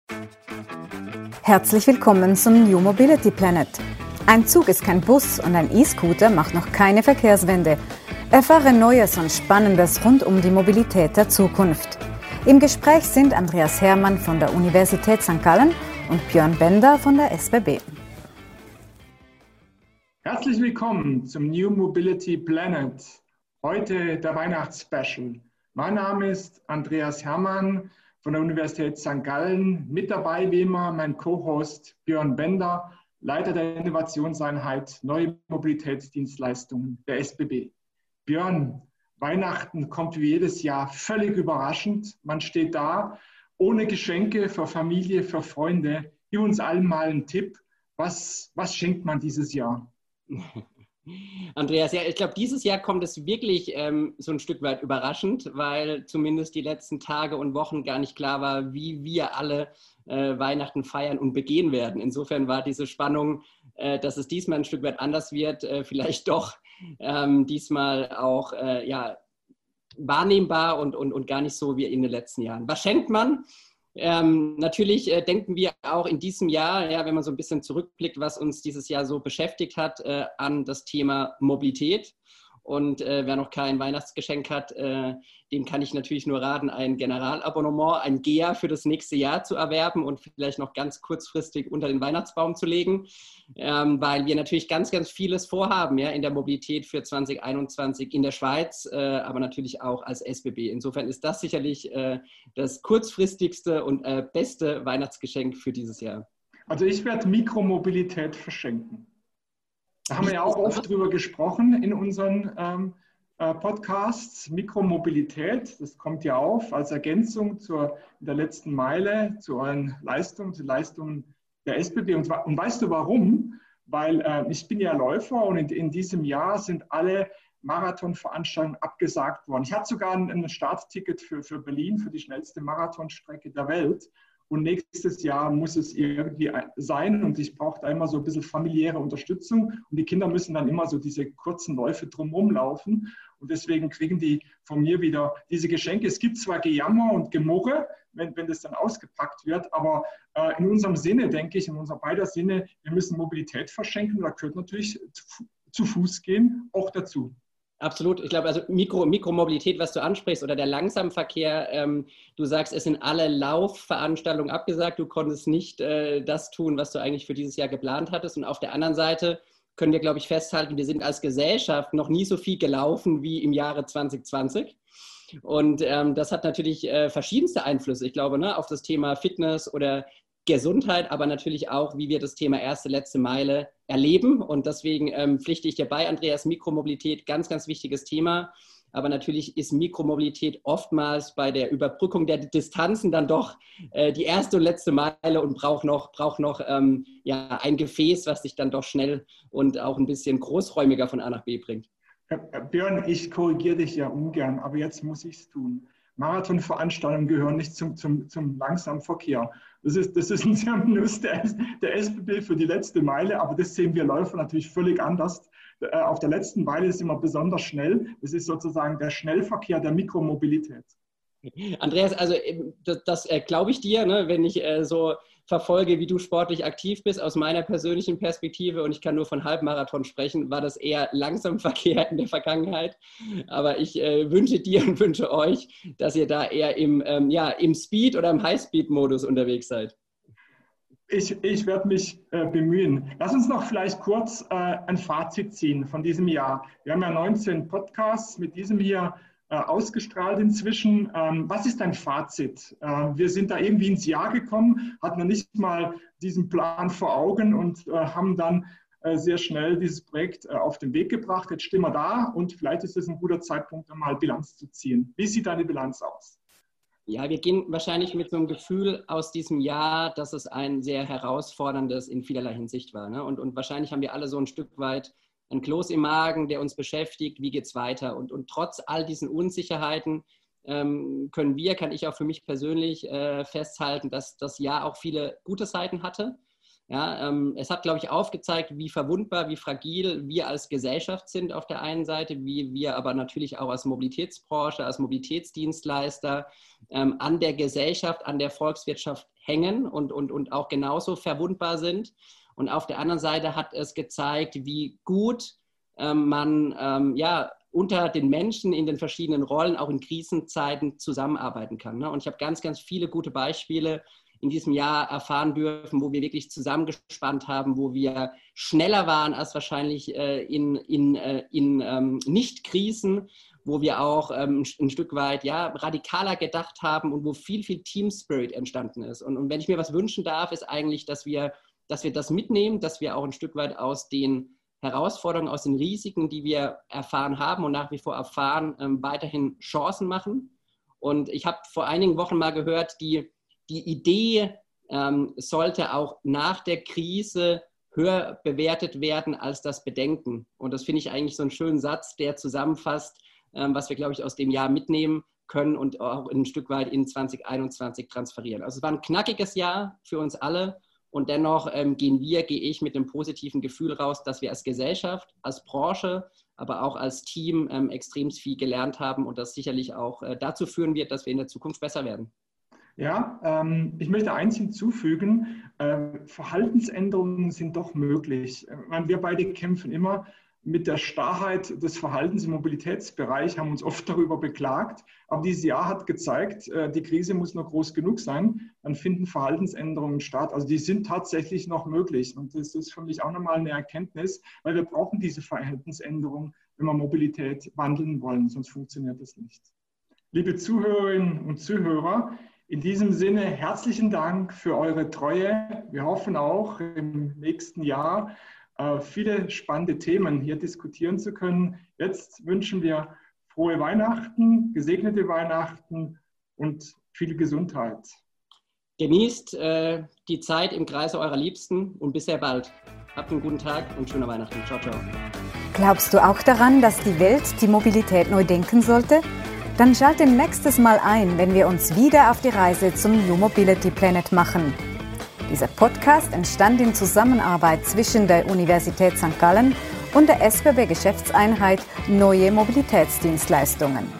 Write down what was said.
Herzlich willkommen zum New Mobility Planet. Ein Zug ist kein Bus und ein E-Scooter macht noch keine Verkehrswende. Erfahre Neues und Spannendes rund um die Mobilität der Zukunft. Im Gespräch sind Andreas Hermann von der Universität St. Gallen und Björn Bender von der SBB. Herzlich willkommen zum New Mobility Planet. Heute der Weihnachtsspecial. Mein Name ist Andreas Hermann von der Universität St. Gallen. Mit dabei wie immer mein Co-Host Björn Bender, Leiter der Innovationseinheit Neue Mobilitätsdienstleistungen der SBB. Björn, Weihnachten kommt wie jedes Jahr völlig überraschend. Man steht da ohne Geschenke für Familie, für Freunde. Gib uns allen mal einen Tipp. Was schenkt man dieses Jahr? Andreas, ja, ich glaube, dieses Jahr kommt es wirklich so ein Stück weit überraschend, weil zumindest die letzten Tage und Wochen gar nicht klar war, wie wir alle Weihnachten feiern und begehen werden. Insofern war diese Spannung, dass es diesmal ein Stück weit anders wird, vielleicht doch diesmal auch wahrnehmbar und gar nicht so wie in den letzten Jahren. Was schenkt man? Natürlich denken wir auch in diesem Jahr, ja, wenn man so ein bisschen zurückblickt, was uns dieses Jahr so beschäftigt hat, an das Thema Mobilität. Und wer noch kein Weihnachtsgeschenk hat, dem kann ich natürlich nur raten, ein Generalabonnement, ein GEA für das nächste Jahr zu erwerben und vielleicht noch ganz kurzfristig unter den Weihnachtsbaum zu legen, weil wir natürlich ganz, ganz vieles vorhaben, ja, in der Mobilität für 2021 in der Schweiz, aber natürlich auch als SBB. Insofern ist das sicherlich das kurzfristigste und beste Weihnachtsgeschenk für dieses Jahr. Also ich werde Mikromobilität verschenken. Da haben wir ja auch oft drüber gesprochen in unseren Podcasts. Mikromobilität, das kommt ja auf als Ergänzung in der letzten Meile zu euren Leistungen, zu Leistungen der SBB. Und weißt du warum? Weil ich bin ja Läufer und in diesem Jahr sind alle Marathonveranstaltungen abgesagt worden. Ich hatte sogar ein Startticket für Berlin, für die schnellste Marathonstrecke der Welt. Und nächstes Jahr muss es irgendwie sein und ich brauche da immer so ein bisschen familiäre Unterstützung. Und die Kinder müssen dann immer so diese kurzen Läufe drumherum laufen. Und deswegen kriegen die von mir wieder diese Geschenke. Es gibt zwar Gejammer und Gemurre, wenn das dann ausgepackt wird, aber in unserem Sinne, denke ich, in unser beider Sinne, wir müssen Mobilität verschenken. Da gehört natürlich zu Fuß gehen auch dazu. Absolut. Ich glaube, also Mikromobilität, was du ansprichst, oder der Langsamverkehr, du sagst, es sind alle Laufveranstaltungen abgesagt, du konntest nicht das tun, was du eigentlich für dieses Jahr geplant hattest. Und auf der anderen Seite können wir, glaube ich, festhalten, wir sind als Gesellschaft noch nie so viel gelaufen wie im Jahre 2020. Und das hat natürlich verschiedenste Einflüsse, ich glaube, ne, auf das Thema Fitness oder Gesundheit, aber natürlich auch, wie wir das Thema erste, letzte Meile erleben. Und deswegen pflichte ich dir bei, Andreas, Mikromobilität, ganz, ganz wichtiges Thema. Aber natürlich ist Mikromobilität oftmals bei der Überbrückung der Distanzen dann doch die erste und letzte Meile und braucht noch ein Gefäß, was dich dann doch schnell und auch ein bisschen großräumiger von A nach B bringt. Björn, ich korrigiere dich ja ungern, aber jetzt muss ich es tun. Marathonveranstaltungen gehören nicht zum Langsamverkehr. Das ist ein Terminus der SBB für die letzte Meile, aber das sehen wir Läufer natürlich völlig anders. Auf der letzten Meile ist immer besonders schnell. Das ist sozusagen der Schnellverkehr der Mikromobilität. Andreas, also das glaube ich dir, ne, wenn ich so verfolge, wie du sportlich aktiv bist, aus meiner persönlichen Perspektive, und ich kann nur von Halbmarathon sprechen, war das eher Langsamverkehr in der Vergangenheit. Aber ich wünsche dir und wünsche euch, dass ihr da eher im Speed- oder im High-Speed-Modus unterwegs seid. Ich werde mich bemühen. Lass uns noch vielleicht kurz ein Fazit ziehen von diesem Jahr. Wir haben ja 19 Podcasts mit diesem hier ausgestrahlt inzwischen. Was ist dein Fazit? Wir sind da irgendwie ins Jahr gekommen, hatten noch nicht mal diesen Plan vor Augen und haben dann sehr schnell dieses Projekt auf den Weg gebracht. Jetzt stehen wir da und vielleicht ist es ein guter Zeitpunkt, mal Bilanz zu ziehen. Wie sieht deine Bilanz aus? Ja, wir gehen wahrscheinlich mit so einem Gefühl aus diesem Jahr, dass es ein sehr herausforderndes in vielerlei Hinsicht war. Ne? Und wahrscheinlich haben wir alle so ein Stück weit ein Kloß im Magen, der uns beschäftigt, wie geht es weiter. Und trotz all diesen Unsicherheiten kann ich auch für mich persönlich festhalten, dass das Jahr auch viele gute Seiten hatte. Ja, es hat, glaube ich, aufgezeigt, wie verwundbar, wie fragil wir als Gesellschaft sind auf der einen Seite, wie wir aber natürlich auch als Mobilitätsbranche, als Mobilitätsdienstleister an der Gesellschaft, an der Volkswirtschaft hängen und auch genauso verwundbar sind. Und auf der anderen Seite hat es gezeigt, wie gut man unter den Menschen in den verschiedenen Rollen auch in Krisenzeiten zusammenarbeiten kann. Ne? Und ich habe ganz, ganz viele gute Beispiele in diesem Jahr erfahren dürfen, wo wir wirklich zusammengespannt haben, wo wir schneller waren als wahrscheinlich in Nicht-Krisen, wo wir auch ein Stück weit radikaler gedacht haben und wo viel, viel Team-Spirit entstanden ist. Und wenn ich mir was wünschen darf, ist eigentlich, dass wir das mitnehmen, dass wir auch ein Stück weit aus den Herausforderungen, aus den Risiken, die wir erfahren haben und nach wie vor erfahren, weiterhin Chancen machen. Und ich habe vor einigen Wochen mal gehört, die Idee sollte auch nach der Krise höher bewertet werden als das Bedenken. Und das finde ich eigentlich so einen schönen Satz, der zusammenfasst, was wir, glaube ich, aus dem Jahr mitnehmen können und auch ein Stück weit in 2021 transferieren. Also es war ein knackiges Jahr für uns alle und dennoch gehe ich mit einem positiven Gefühl raus, dass wir als Gesellschaft, als Branche, aber auch als Team extrem viel gelernt haben und das sicherlich auch dazu führen wird, dass wir in der Zukunft besser werden. Ja, ich möchte eins hinzufügen, Verhaltensänderungen sind doch möglich. Wir beide kämpfen immer mit der Starrheit des Verhaltens im Mobilitätsbereich, haben uns oft darüber beklagt, aber dieses Jahr hat gezeigt, die Krise muss noch groß genug sein, dann finden Verhaltensänderungen statt. Also die sind tatsächlich noch möglich und das ist für mich auch nochmal eine Erkenntnis, weil wir brauchen diese Verhaltensänderung, wenn wir Mobilität wandeln wollen, sonst funktioniert das nicht. Liebe Zuhörerinnen und Zuhörer, in diesem Sinne herzlichen Dank für eure Treue. Wir hoffen auch im nächsten Jahr viele spannende Themen hier diskutieren zu können. Jetzt wünschen wir frohe Weihnachten, gesegnete Weihnachten und viel Gesundheit. Genießt die Zeit im Kreise eurer Liebsten und bis sehr bald. Habt einen guten Tag und schöne Weihnachten. Ciao, ciao. Glaubst du auch daran, dass die Welt die Mobilität neu denken sollte? Dann schalte nächstes Mal ein, wenn wir uns wieder auf die Reise zum New Mobility Planet machen. Dieser Podcast entstand in Zusammenarbeit zwischen der Universität St. Gallen und der SBB Geschäftseinheit Neue Mobilitätsdienstleistungen.